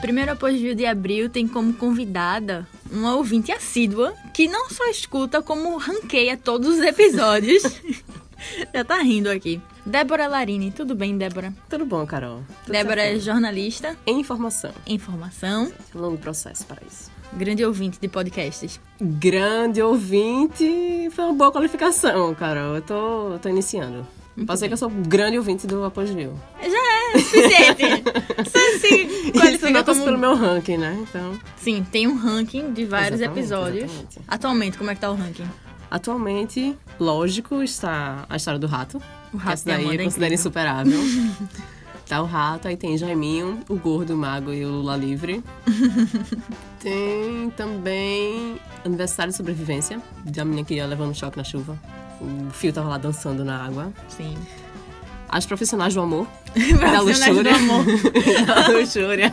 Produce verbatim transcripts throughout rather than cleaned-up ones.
primeiro apogeu de abril tem como convidada uma ouvinte assídua que não só escuta, como ranqueia todos os episódios. Já tá rindo aqui. Débora Larini, tudo bem, Débora? Tudo bom, Carol. Tudo Débora certinho. é jornalista. Em informação. Informação. Um longo processo para isso. Grande ouvinte de podcasts. Grande ouvinte. Foi uma boa qualificação, Carol. Eu tô, eu tô iniciando. Posso dizer que eu sou grande ouvinte do Apogeu. Já é suficiente. Você se qualifica como... como... pelo meu ranking, né? Então... Sim, tem um ranking de vários Exatamente, episódios. Exatamente. Atualmente, como é que tá o ranking? Atualmente, lógico, está a história do rato. O rato Essa daí é eu considero insuperável. Tá o rato, aí tem Jaiminho, o gordo, o mago e o Lula livre. Tem também Aniversário de Sobrevivência, da menina que ia levando choque na chuva. O fio tava lá dançando na água. Sim. As Profissionais do Amor. Profissionais da luxúria. do amor. da luxúria.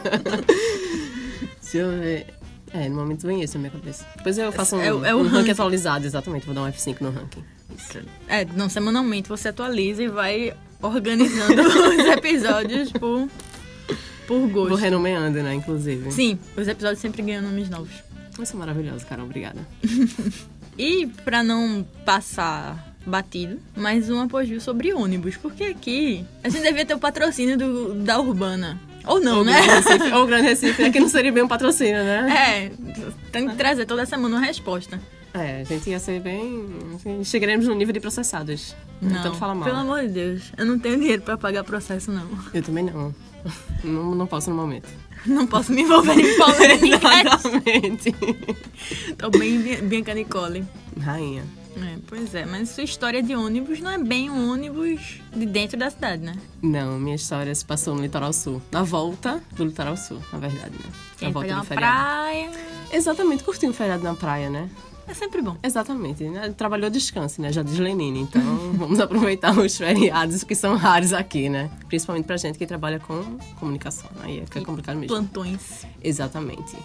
Deixa eu ver. É, no momento vem isso na minha cabeça. Depois eu faço um, É o- é o um ranking ranking. atualizado, exatamente. Vou dar um F cinco no ranking. Isso. É, não, semanalmente você atualiza e vai organizando os episódios por, por gosto. Vou renomeando, né, inclusive. Sim, os episódios sempre ganham nomes novos. Você é maravilhosa, Carol. Obrigada. E pra não passar batido, mais um apogeu sobre ônibus. Porque aqui a gente devia ter o patrocínio do, da Urbana. Ou não, Ou né? Grande Recife, ou Grande Recife, é que não seria bem um patrocínio, né? É, tem que trazer toda semana uma resposta. É, a gente ia ser bem... assim, chegaremos no nível de processados. Não, Tanto fala mal. pelo amor de Deus, eu não tenho dinheiro pra pagar processo, não. Eu também não. não. Não posso no momento. Não posso me envolver em polêmicas. Exatamente. Tô bem Bianca Nicole. Rainha. É, pois é, mas sua história de ônibus não é bem um ônibus de dentro da cidade, né? Não, minha história se passou no Litoral Sul. Na volta do Litoral Sul, na verdade, né? Tem Na que volta pegar do uma feriado. praia. Exatamente, curti um feriado na praia, né? É sempre bom. Exatamente, né? Trabalhou descanse, né? Já diz Lenine. Então, vamos aproveitar os feriados que são raros aqui, né? Principalmente pra gente que trabalha com comunicação. Aí é que é complicado mesmo. Plantões. Exatamente.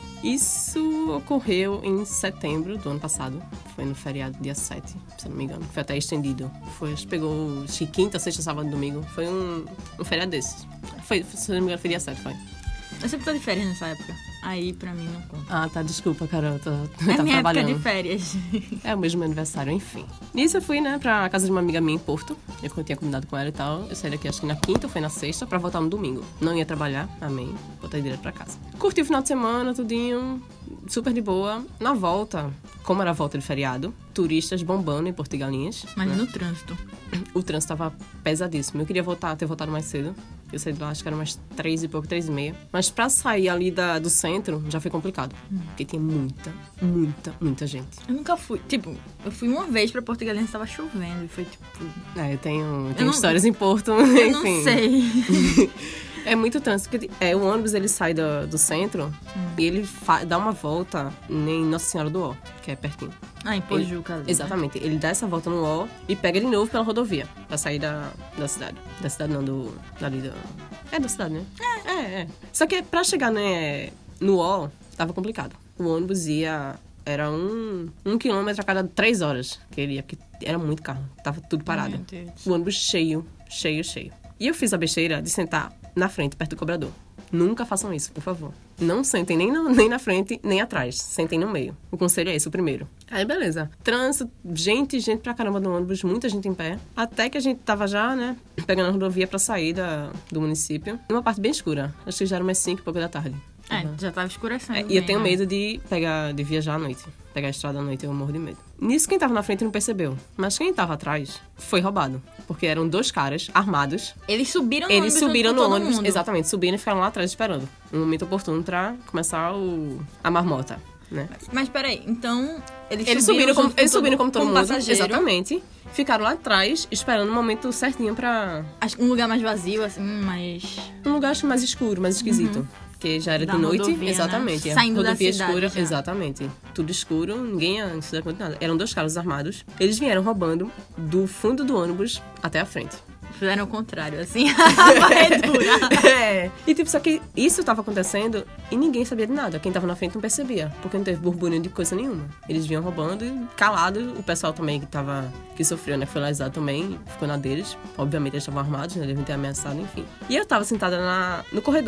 Isso ocorreu em setembro do ano passado. Foi no feriado dia sete, se eu não me engano. Foi até estendido. Foi, acho que pegou acho que quinta, sexta, sábado, domingo. Foi um, um feriado desses. Foi, se eu não me engano, foi dia sete, foi. Eu sempre tô de férias nessa época. Aí, pra mim, não conta. Ah, tá, desculpa, Carol. Eu tô, eu É tava minha época trabalhando. de férias. É o mesmo meu aniversário, enfim. Nisso eu fui, né, pra casa de uma amiga minha em Porto. Eu tinha combinado com ela e tal. Eu saí daqui acho que na quinta ou foi na sexta pra voltar no domingo. Não ia trabalhar, amém. Voltei direto pra casa. Curti o final de semana, tudinho. Super de boa. Na volta, como era a volta de feriado, turistas bombando em Porto de Galinhas. Mas né? no trânsito. O trânsito tava pesadíssimo. Eu queria voltar, ter voltado mais cedo. Eu saí de lá, acho que era umas três e pouco, três e meia. Mas pra sair ali da, do centro, já foi complicado. Porque tinha muita, muita, muita gente. Eu nunca fui. Tipo, eu fui uma vez pra Porto Galinhas, tava chovendo. E foi tipo. É, eu tenho, eu Eu tenho não- histórias em Porto, Eu enfim. não sei. É muito trânsito. Porque, é, o ônibus, ele sai do, do centro Hum. e ele fa- dá uma volta em Nossa Senhora do Ó, que é pertinho. Ah, em Pojuca ali. né? Exatamente. Ele dá essa volta no Ó e pega de novo pela rodovia, pra sair da, da cidade. Da cidade não, do... dali do... É da cidade, né? É, é, é. Só que pra chegar, né, no Ó, tava complicado. O ônibus ia... Era um, um quilômetro a cada três horas que ele ia, porque era muito carro. Tava tudo parado. Meu Deus. O ônibus cheio, cheio, cheio. E eu fiz a besteira de sentar na frente, perto do cobrador. Nunca façam isso, por favor. Não sentem nem, no, nem na frente, nem atrás. Sentem no meio. O conselho é esse, o primeiro. Aí, beleza. Trânsito, gente, gente pra caramba no ônibus, muita gente em pé. Até que a gente tava já, né, pegando a rodovia pra sair da, do município. Numa parte bem escura. Acho que já era umas cinco e pouco da tarde. É, já tava escurecendo. É, e eu bem, tenho né? medo de pegar, de viajar à noite. Pegar a estrada à noite, eu morro de medo. Nisso, quem tava na frente não percebeu. Mas quem tava atrás foi roubado. Porque eram dois caras armados. Eles subiram no Eles ônibus. subiram junto no com todo ônibus, mundo. exatamente, subiram e ficaram lá atrás esperando. Um momento oportuno pra começar o, a marmota, né? Mas peraí, então. Eles, Eles subiram como, junto com eles subiram como todo mundo, passageiro. exatamente. Ficaram lá atrás, esperando o momento certinho pra... Acho que um lugar mais vazio, assim, mais. Um lugar acho, mais escuro, mais esquisito. Porque já era Da de noite, rodovia, né? exatamente. a Saindo da rodovia cidade escura, já. exatamente. Tudo escuro, ninguém ia se dar conta de nada. Eram dois caras armados. Eles vieram roubando do fundo do ônibus até a frente. Fizeram o contrário, assim, a varredura. É. E tipo, só que isso tava acontecendo e ninguém sabia de nada. Quem tava na frente não percebia, porque não teve burburinho de coisa nenhuma. Eles vinham roubando e calado. O pessoal também que tava, que sofreu, né, foi lesado também, ficou na deles. Obviamente eles estavam armados, né, devem ter ameaçado, enfim. E eu tava sentada na, no corredor.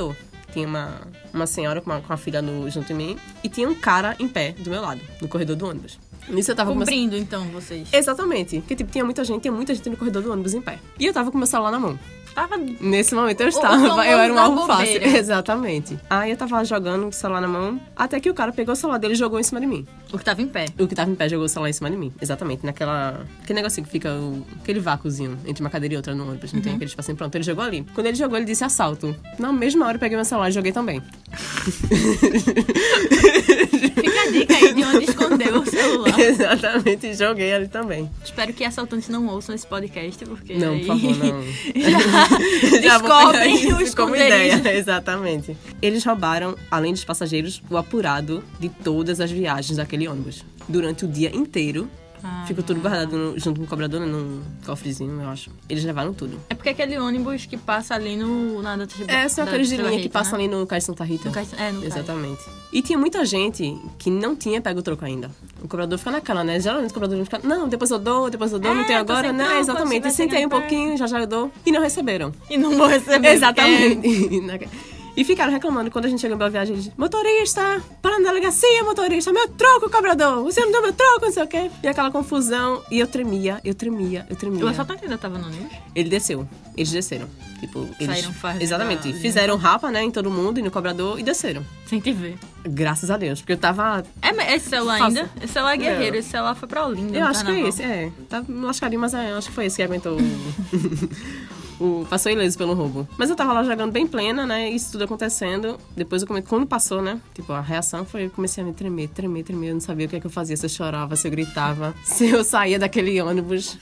Tinha uma, uma senhora com, uma, com a filha no, junto de mim. E tinha um cara em pé do meu lado, no corredor do ônibus. Nisso eu tava Cobrindo, com meu... então, vocês. Exatamente. Porque, tipo, tinha muita gente, tinha muita gente no corredor do ônibus em pé. E eu tava com meu celular na mão. Tava... Nesse momento eu O- estava, o eu era um famoso alvo da fácil. bobeira. Exatamente. Aí eu tava jogando o celular na mão, até que o cara pegou o celular dele e jogou em cima de mim. O que tava em pé. O que tava em pé jogou o celular em cima de mim. Exatamente, naquela... Aquele negocinho que fica, o... aquele vácuozinho entre uma cadeira e outra no ônibus. Não tem aquele espacinho pronto. Ele jogou ali. Quando ele jogou, ele disse assalto. Na mesma hora eu peguei meu celular e joguei também. Fica a dica aí de onde escondeu o celular. Exatamente, joguei ali também. Espero que assaltantes não ouçam esse podcast, porque Não, aí... por favor, não. Já vou pegar descobrem isso o como esconderijo. ideia. Exatamente. Eles roubaram, além dos passageiros, o apurado de todas as viagens daquele ônibus. Durante o dia inteiro. Ah, Ficou tudo guardado no- junto com o cobrador, né, num cofrezinho, eu acho. Eles levaram tudo. É porque aquele ônibus que passa ali no... Na, da, É, são aqueles de linha que passam ali. ali no Cais Santa Rita. No Cais- é, no Cais. Exatamente. E tinha muita gente que não tinha pego o troco ainda. O cobrador fica naquela, né? Geralmente o cobrador não fica... Não, depois eu dou, depois eu dou, não É, tem tô agora. sem Não, troco, exatamente. você vai Sentei um chegar pouquinho, já já eu dou. E não receberam. E não vou receber. Exatamente. E ficaram reclamando quando a gente chegou em Boa Viagem. Eles, motorista, para na delegacia, motorista, meu troco, cobrador, você não deu meu troco, não sei o quê. E aquela confusão. E eu tremia, eu tremia, eu tremia. O assaltante ainda tava no ônibus? Ele desceu, eles desceram. Tipo, eles. Saíram fazendo Exatamente. a- Fizeram rapa, né, em todo mundo e no cobrador e desceram. Sem te ver. Graças a Deus, porque eu tava. É, mas esse celular Faça. ainda? Esse celular é guerreiro. Não. Esse celular foi pra Olinda. Eu no acho que é carnaval. esse, é. Tá lascadinho, mas é, acho que foi esse que aguentou o. o passou ileso pelo roubo. Mas eu tava lá jogando bem plena, né? Isso tudo acontecendo. Depois eu come... quando passou, né? Tipo, a reação foi, eu comecei a me tremer, tremer, tremer. Eu não sabia o que é que eu fazia, se eu chorava, se eu gritava, se eu saía daquele ônibus.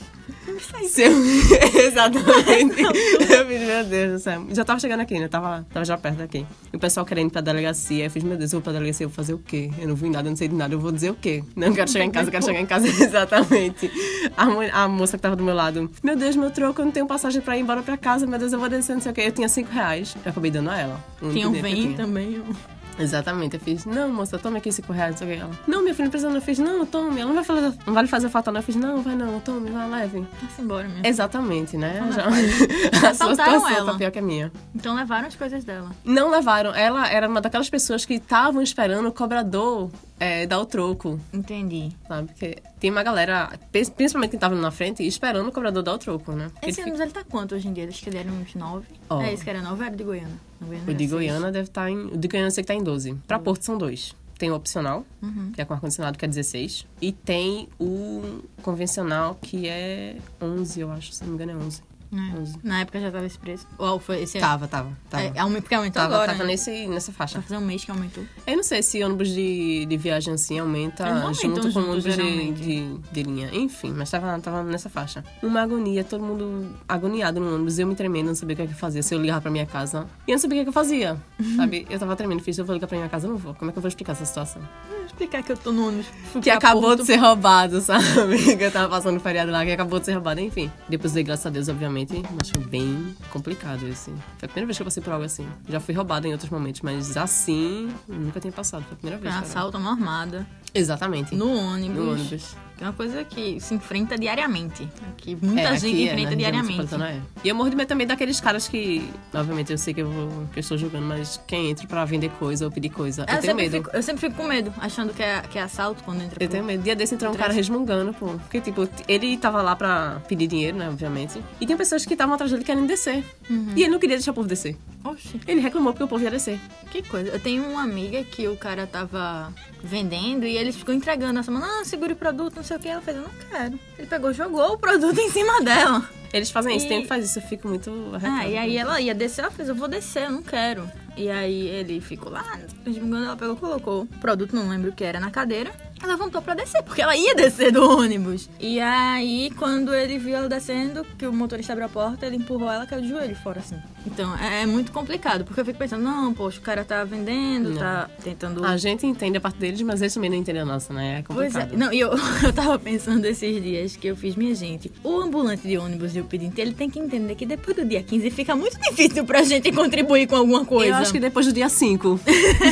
Se eu... Exatamente. Eu fiz, meu Deus do céu. Já tava chegando aqui, né? Tava, tava já perto daqui. E o pessoal querendo ir pra delegacia. Eu fiz, meu Deus, eu vou pra delegacia, eu vou fazer o quê? Eu não vi nada, eu não sei de nada, eu vou dizer o quê? Não, eu quero chegar em casa, eu quero chegar em casa. Exatamente. A, mo- a moça que tava do meu lado, meu Deus, meu troco, eu não tenho passagem pra ir embora pra casa, meu Deus, eu vou descer, não sei o quê. Eu tinha cinco reais. Eu acabei dando a ela. O único Tinha um dinheiro que eu vem tinha. também. Exatamente, eu fiz, não, moça, tome aqui cinco reais, não sei o que. Ela, não, minha filha não precisa, não. Eu fiz, não, tome, ela não vai, fazer, não vai lhe fazer falta, não. Eu fiz, não, vai não, tome, vai, leve. Vai-se embora mesmo. Exatamente, né? Então, Já... rapaz, a sua assaltaram situação ela. tá pior que a minha. Então levaram as coisas dela. Não levaram, ela era uma daquelas pessoas que estavam esperando o cobrador é, dar o troco, Entendi. sabe? Porque tem uma galera, principalmente quem tava na frente, esperando o cobrador dar o troco, né? Porque Esse ele ônibus ele tá quanto hoje em dia? Acho que ele era uns nove. Ó. É, esse que era nove era de Goiânia. No Goiânia O era de seis. Goiânia deve estar em. O de Goiânia eu sei que tá em doze. Pra Porto são dois. Tem o opcional, Uhum. que é com ar-condicionado, que é dezesseis. E tem o convencional, que é onze, eu acho. Se não me engano, é onze. É. onze. Na época já tava esse preço. Ou foi esse ano? Tava, tava. Tava, É, aument- porque aumentou tava, agora, tava né? nesse, nessa faixa. Vai fazer um mês que aumentou. Eu não sei se ônibus de, de viagem assim aumenta Eles não aumentam junto com junto, ônibus de, geralmente. de, de linha. Enfim, mas tava, tava nessa faixa. Uma agonia, todo mundo agoniado no ônibus. Eu me tremendo, não sabia o que é que eu fazia. Se eu ligava pra minha casa, e eu não sabia o que é que eu fazia. Sabe? Eu tava tremendo, fiz, se eu vou ligar pra minha casa, eu não vou. Como é que eu vou explicar essa situação? Vou explicar que eu tô no ônibus. fui Que pra acabou Porto. de ser roubado, sabe? Que eu tava passando feriado lá, que acabou de ser roubado, enfim. Depois dei graças a Deus, obviamente, mas foi bem complicado esse. Foi a primeira vez que eu passei por algo assim. Já fui roubada em outros momentos, mas assim, nunca tinha passado. Foi a primeira Foi vez. um cara. assalto a uma armada. Exatamente. No ônibus. No ônibus. Que é uma coisa que se enfrenta diariamente. Que muita É, gente aqui é, enfrenta na região diariamente. metropolitana é. E eu morro de medo também daqueles caras que, obviamente, eu sei que eu, vou, que eu estou julgando, mas quem entra pra vender coisa ou pedir coisa, É, eu eu, tenho sempre medo. fico, eu sempre fico com medo, achando que é, que é assalto quando entra Eu por- tenho medo. Dia desse entrou um cara resmungando, pô. Porque, tipo, ele tava lá pra pedir dinheiro, né, obviamente. E tem pessoas que estavam atrás dele querendo descer. Uhum. E ele não queria deixar o povo descer. Oxi, Ele reclamou porque o povo ia descer. que coisa. Eu tenho uma amiga que o cara tava vendendo e ele ficou entregando essa semana. Ah, segure o produto, não sei o que. Ela fez, eu não quero. Ele pegou, jogou o produto em cima dela. Eles fazem isso, E- tem que fazer isso, eu fico muito arretada. Ah, e aí ela ia descer, ela fez, eu vou descer, eu não quero. E aí ele ficou lá, resmungando, ela pegou, colocou o produto, não lembro o que era, na cadeira. Ela levantou pra descer, porque ela ia descer do ônibus. E aí, quando ele viu ela descendo, que o motorista abriu a porta, ele empurrou ela e caiu de joelho fora, assim. Então, é, é muito complicado, porque eu fico pensando, não, poxa, o cara tá vendendo, Não. tá tentando... A gente entende a parte deles, mas eles também não entendem a nossa, né? É Pois é. complicado. Não, e eu, eu tava pensando esses dias que eu fiz, minha gente, o ambulante de ônibus e o pedinte, ele tem que entender que depois do dia quinze fica muito difícil pra gente contribuir com alguma coisa. Eu acho que depois do dia cinco.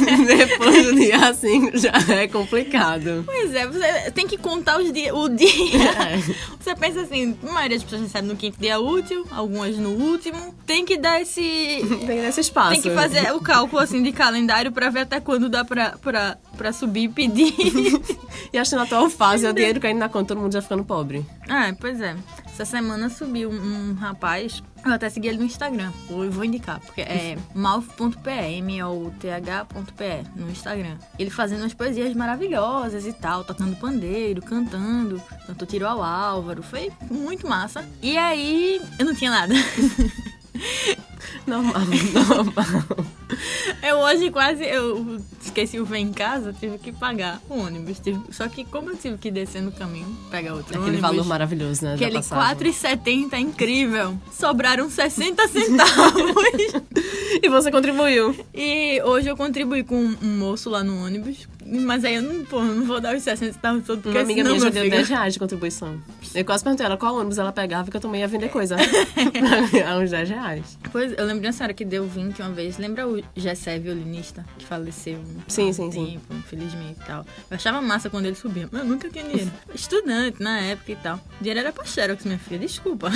Depois do dia cinco já é complicado. Pois é, você tem que contar os dia, o dia. É. Você pensa assim, a maioria das pessoas recebe no quinto dia útil, algumas no último. Tem que dar dar esse... Tem que dar esse espaço. Tem que fazer o cálculo, assim, de calendário pra ver até quando dá pra, pra, pra subir e pedir. E acho que na atual fase é o dinheiro caindo na conta, todo mundo já ficando pobre. Ah, pois é. Essa semana subiu um, um rapaz, eu até segui ele no Instagram, eu vou indicar, porque é mouth ponto p e, M O U T H ponto P E, no Instagram. Ele fazendo umas poesias maravilhosas e tal, tocando pandeiro, cantando, cantou Tiro ao Álvaro, foi muito massa. E aí, eu não tinha nada. Normal, normal. Eu hoje quase, eu esqueci o vem em casa, tive que pagar o ônibus. Tive, só que como eu tive que descer no caminho, pegar outro Aquele ônibus... valor maravilhoso, né, Aquele da passagem. quatro reais e setenta centavos, incrível. Sobraram sessenta centavos. E você contribuiu. E hoje eu contribuí com um moço lá no ônibus. Mas aí eu não, pô, não vou dar os sessenta centavos todos, porque Uma amiga senão minha já meu deu filho... dez reais de contribuição. Eu quase perguntei ela qual ônibus ela pegava, que eu também ia vender coisa. Pra ganhar uns dez reais. Pois, eu lembro de uma senhora que deu vinte uma vez. Lembra o Gessé, violinista, que faleceu há Sim, um sim, sim. tempo, infelizmente e tal. Eu achava massa quando ele subia, mas eu nunca tinha dinheiro. Estudante na época e tal. Dinheiro era pra Xerox, minha filha, desculpa.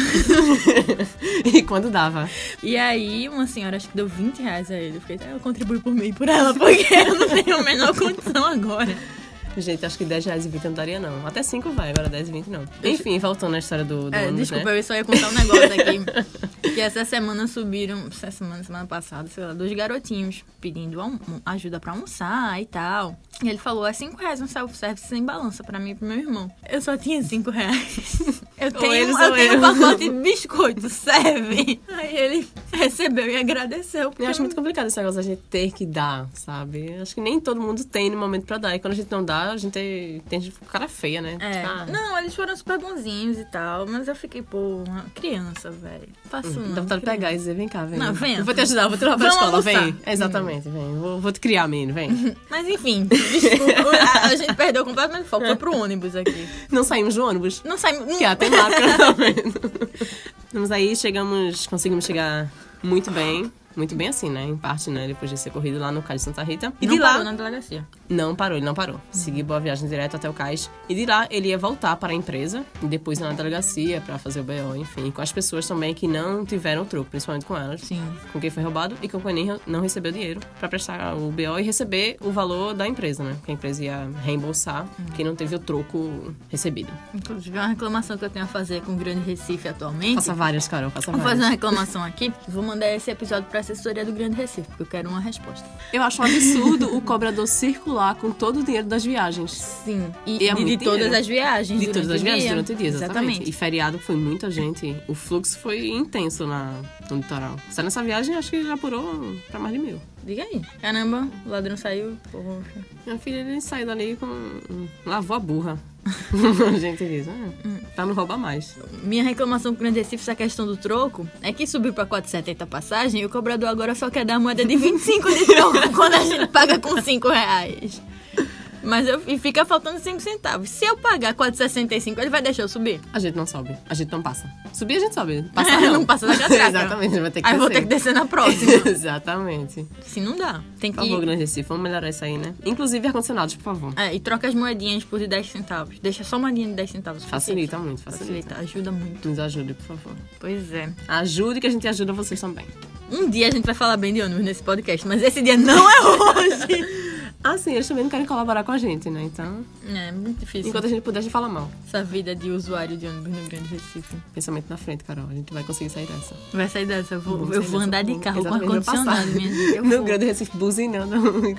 E quando dava? E aí, uma senhora acho que deu vinte reais a ele. Eu fiquei, ah, eu contribuo por mim e por ela, porque eu não tenho a menor condição agora. Gente, acho que dez reais e vinte eu não daria, não. Até cinco vai, agora dez e vinte não. Enfim, voltando à história do, do É, ônibus, desculpa, né? eu só ia contar um negócio aqui. Que essa semana subiram, essa semana, semana passada, sei lá, dois garotinhos pedindo alm- ajuda pra almoçar e tal. E ele falou, é cinco reais um self-service sem balança pra mim e pro meu irmão. Eu só tinha cinco reais. Eu Ou tenho, eles eu ou tenho eu. um pacote de biscoito, serve? Aí ele recebeu e agradeceu. Eu acho muito complicado esse negócio da gente ter que dar, sabe? Acho que nem todo mundo tem no momento pra dar. E quando a gente não dá, a gente tem, tem gente com cara feia, né? É. Tipo, ah, Não, eles foram super bonzinhos e tal, mas eu fiquei, pô, uma criança, velho. Faço não. dá vontade de pegar e dizer, vem cá, vem. Não, vem. Eu vou te ajudar, eu vou te levar pra Vamos escola, almoçar. vem. É, exatamente, vem. Vou, vou te criar, menino, vem. Mas enfim, desculpa, a, a gente perdeu completamente o foco, foi pro ônibus aqui. Não saímos do ônibus. Não saímos... Que é a temática, tá vendo? Vamos aí, chegamos, conseguimos chegar muito bem. Muito bem assim, né? Em parte, né? Depois de ser corrido lá no Cais de Santa Rita. E não de lá... parou na delegacia. Não parou, ele não parou. Seguiu boa viagem direto até o cais. E de lá ele ia voltar para a empresa e depois ir na delegacia para fazer o B O, enfim. Com as pessoas também que não tiveram o troco, principalmente com elas. Sim. Com quem foi roubado e com quem nem não recebeu dinheiro para prestar o B O e receber o valor da empresa, né? Que a empresa ia reembolsar quem não teve o troco recebido. Inclusive, uma reclamação que eu tenho a fazer com o Grande Recife atualmente. Faça várias, Carol, faça Vou várias. fazer uma reclamação aqui. Vou mandar esse episódio pra assessoria do Grande Recife, porque eu quero uma resposta. Eu acho um absurdo o cobrador circular com todo o dinheiro das viagens. Sim. E, E é de, de muito todas dinheiro. as viagens. De durante todas as o viagens dia. durante o dia, exatamente. Exatamente. E feriado foi muita gente. O fluxo foi intenso na, no litoral. Só nessa viagem acho que já apurou pra mais de mil. Diga aí. Caramba, o ladrão saiu. Porra. Minha filha, ele saiu dali com... lavou a burra. A gente diz, ah, pra não roubar mais. Minha reclamação com o Grande Recife, essa questão do troco, é que subiu pra quatro reais e setenta a passagem e o cobrador agora só quer dar a moeda de vinte e cinco de troco quando a gente paga com cinco reais. Mas eu, e fica faltando cinco centavos. Se eu pagar quatro reais e sessenta e cinco, ele vai deixar eu subir? A gente não sobe, a gente não passa. Subir a gente sobe, passar não. Não passa da catraca. Exatamente, vai ter que Aí eu vou descer. ter que descer na próxima. Exatamente. Se não dá. Tem Por que... favor, Grande Recife, vamos melhorar isso aí, né? Inclusive ar-condicionados, por favor. É, e troca as moedinhas por de dez centavos. Deixa só moedinha de dez centavos. Facilita muito, facilita. Facilita, ajuda muito. Nos ajude, por favor. Pois é. Ajude que a gente ajuda vocês também. Um dia a gente vai falar bem de ônibus nesse podcast, mas esse dia não é hoje. Ah, sim, eles também não querem colaborar com a gente, né? Então, É, muito difícil. enquanto a gente puder, a gente fala mal. Essa vida de usuário de ônibus no Grande Recife. Pensamento na frente, Carol. A gente vai conseguir sair dessa. Vai sair dessa. Eu vou, Vamos eu sair vou dessa, andar de vamos- carro com exatamente, vamos ar-condicionado, passar. minha gente. Eu No vou. Grande Recife, buzinando.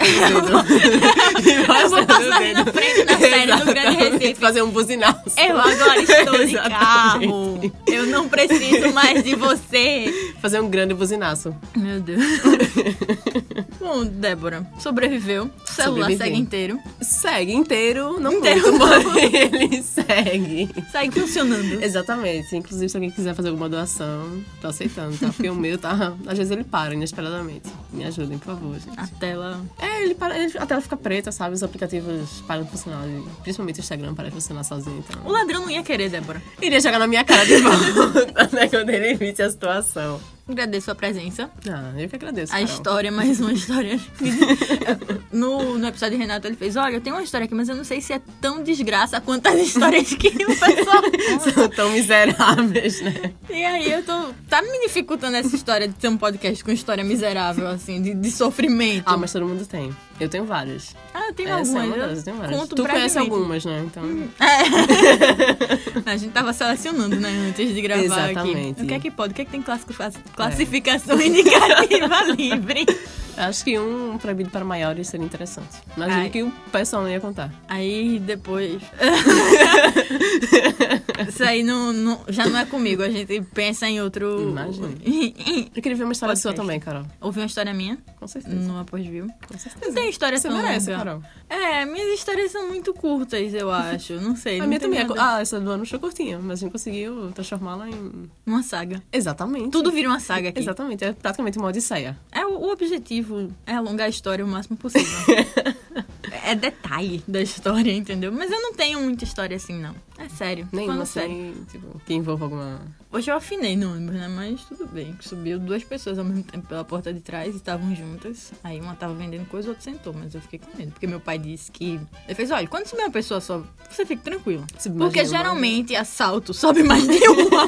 Eu vou passar ali na frente da série do Grande Recife. Fazer um buzinaço. Eu agora estou de Exatamente. carro. Eu não preciso mais de você. Fazer um grande buzinaço. Meu Deus. Bom, Débora, sobreviveu. O celular Sobrevivi. segue inteiro. Segue inteiro, não Inteiro muito, não. porém ele segue. Segue funcionando. Exatamente. Inclusive, se alguém quiser fazer alguma doação, tô aceitando, tá? Porque o meu tá... Às vezes ele para, inesperadamente. Me ajudem, por favor, gente. A tela... É, ele para, ele- a tela fica preta, sabe? Os aplicativos param de funcionar. Principalmente o Instagram para de funcionar sozinho, então... O ladrão não ia querer, Débora. Iria jogar na minha cara de volta, né? Quando ele visse a situação. Agradeço a presença. Ah, eu que agradeço, A Carol. história, mais uma história. no, no episódio de Renato, ele fez, olha, eu tenho uma história aqui, mas eu não sei se é tão desgraça quanto as histórias que o pessoal conta. São tão miseráveis, né? E aí eu tô... Tá me dificultando essa história de ter um podcast com história miserável, assim, de, de sofrimento. Ah, mas todo mundo tem. Eu tenho várias. Ah, eu tenho Essa algumas. é uma eu delas, eu tenho várias. Conto Tu conhece brevemente. algumas, né? Então... É. A gente tava selecionando, né, antes de gravar Exatamente. aqui. O que é que pode? O que é que tem classifica- classificação indicativa livre? Acho que um proibido para maiores seria interessante. Mas Ai. o que o pessoal não ia contar. Aí depois... Isso aí não, não- já não é comigo, a gente pensa em outro... Imagina. Eu queria ver uma história Podcast. sua também, Carol. Ouviu uma história minha? Com certeza. No Após Viu. Com certeza. Não tem história Você tão merece, longa. Carol. É, minhas histórias são muito curtas, eu acho. Não sei. A não minha tem também é... nada- Ah, essa do ano foi curtinha, mas a gente conseguiu transformá-la em... Uma saga. Exatamente. Tudo vira uma saga aqui. Exatamente. É praticamente uma odisseia. É, o, o objetivo é alongar a história o máximo possível. É detalhe da história, entendeu? Mas eu não tenho muita história assim, não. É sério. Nenhuma Falando sério. assim, tipo, que envolva alguma... Hoje eu afinei no ônibus, né? Mas tudo bem. Subiu duas pessoas ao mesmo tempo pela porta de trás e estavam juntas. Aí uma tava vendendo coisa, a outra sentou. Mas eu fiquei com medo. Porque meu pai disse que... Ele fez, olha, quando subir uma pessoa só, você fica tranquilo. Se Porque imagina, geralmente assalto sobe mais de uma.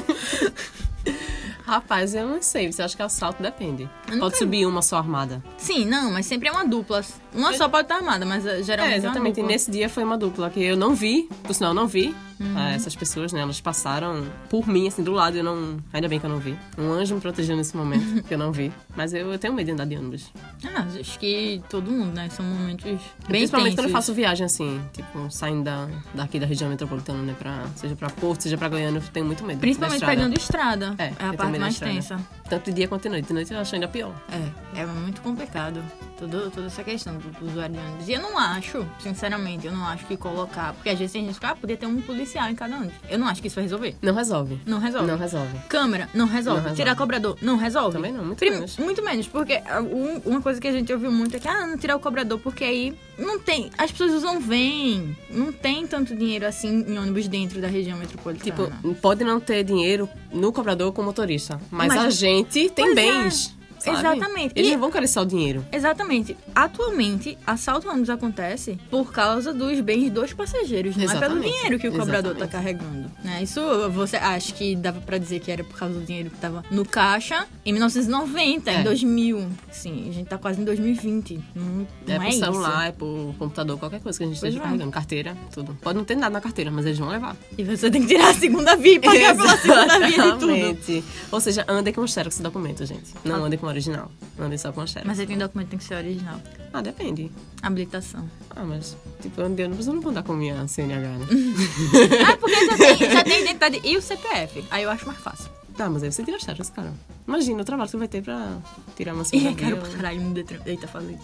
Rapaz, eu não sei. Você acha que assalto depende. Eu não Pode tenho. subir uma só armada. Sim, não, mas sempre é uma dupla. Uma só pode estar armada, mas eh, geralmente É, exatamente. é E uma dupla. nesse dia foi uma dupla que eu não vi, por sinal, eu não vi. Uhum. Ah, essas pessoas, né? Elas passaram por mim, assim, do lado. Eu não. Ainda bem que eu não vi. Um anjo me protegeu nesse momento, que eu não vi. Mas eu, eu tenho medo de andar de ônibus. Ah, acho que todo mundo, né? São momentos bem Principalmente tensos. quando eu faço viagem, assim, tipo, saindo da, daqui da região metropolitana, né? Pra, seja pra Porto, seja pra Goiânia, eu tenho muito medo. Principalmente da estrada. pegando estrada. É, É, eu a tenho parte medo da mais estrada. tensa. Tanto de dia quanto de noite. De noite eu acho ainda pior. É, é muito complicado. Todo, toda essa questão do, do usuário de ônibus. E eu não acho, sinceramente, eu não acho que colocar... Porque às vezes tem gente que, ah, podia ter um policial em cada ônibus. Eu não acho que isso vai resolver. Não resolve. Não resolve. Não resolve. Câmera, não resolve. Não resolve. Tirar cobrador, não resolve. Também não, muito Prim- menos. Muito menos, porque ah, um- uma coisa que a gente ouviu muito é que, ah, não tirar o cobrador, porque aí não tem... As pessoas usam vêm. Não tem tanto dinheiro assim em ônibus dentro da região metropolitana. Tipo, pode não ter dinheiro no cobrador com o motorista, mas, Mas- a gente tem Pois é. bens. sabe? Exatamente. Eles E- não vão querer só o dinheiro. Exatamente. Atualmente, assalto ônibus acontece por causa dos bens dos passageiros, não é pelo Exatamente. dinheiro que o cobrador Exatamente. tá carregando. Né? Isso você acha que dava pra dizer que era por causa do dinheiro que tava no caixa em mil novecentos e noventa, É. em dois mil. Sim, a gente tá quase em dois mil e vinte. Não, não É é, por isso. celular, é por computador, qualquer coisa que a gente Pois esteja é. carregando. Carteira, tudo. Pode não ter nada na carteira, mas eles vão levar. E você tem que tirar a segunda via e pagar pela segunda via de tudo. Exatamente. Ou seja, andem com xerox de documento, gente. Não andem com original. Andem só com a xerox. Mas aí tem documento que tem que ser original. Ah, depende. Habilitação. Ah, mas, tipo, eu andei ônibus, eu não vou andar com minha C N H, né? Ah, porque já tem, já tem identidade e o C P F. Aí eu acho mais fácil. Tá, mas aí você tira xerox, cara. Imagina o trabalho que você vai ter pra tirar uma segunda E é caro via. pra caralho no Detran. Eita, falei.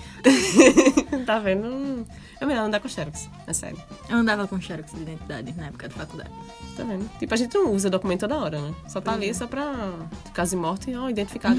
Tá vendo? É melhor andar com xerox. É sério. Eu andava com xerox de identidade na época da faculdade. Tá vendo? Tipo, a gente não usa documento toda hora, né? Só tá ali só pra caso de morte, ó, identificada.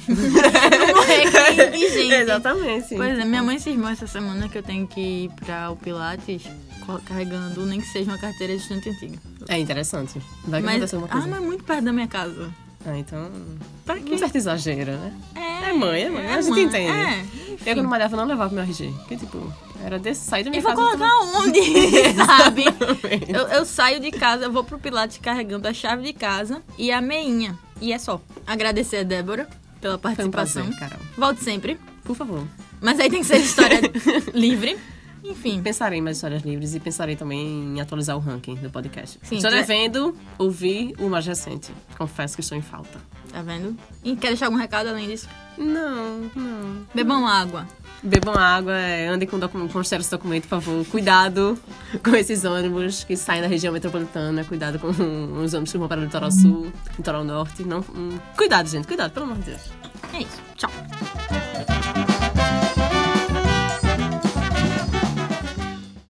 Morrer de gente. Exatamente. Pois é, minha mãe cismou essa semana que eu tenho que ir pra o Pilates co- carregando nem que seja uma carteira de estudante antiga. É interessante. Vai que Mas, acontece alguma ah, coisa. mas muito perto da minha casa. Ah, então... Pra Um quê? certo exagero, né? É, É mãe, é mãe. é a gente mãe. entende. É, Eu, quando malhava, não levava meu R G. Porque, tipo, era desse sair da minha E vou casa... colocar onde, sabe? Exatamente. Eu, eu saio de casa, eu vou pro Pilates carregando a chave de casa e a meinha. E é só. Agradecer a Débora pela Foi um participação. prazer, Carol. Volte sempre. Por favor. Mas aí tem que ser história livre. Enfim. Pensarei em mais histórias livres e pensarei também em atualizar o ranking do podcast. Sim, Estou já- devendo ouvir o mais recente. Confesso que estou em falta. Tá vendo? E quer deixar algum recado além disso? Não, não. Bebam água. Bebam água, é, andem com, docu- com os certos documentos, por favor. Cuidado com esses ônibus que saem da região metropolitana. Cuidado com os ônibus que vão para o litoral sul, litoral norte. Não, hum, cuidado, gente. Cuidado, pelo amor de Deus. É isso. Tchau.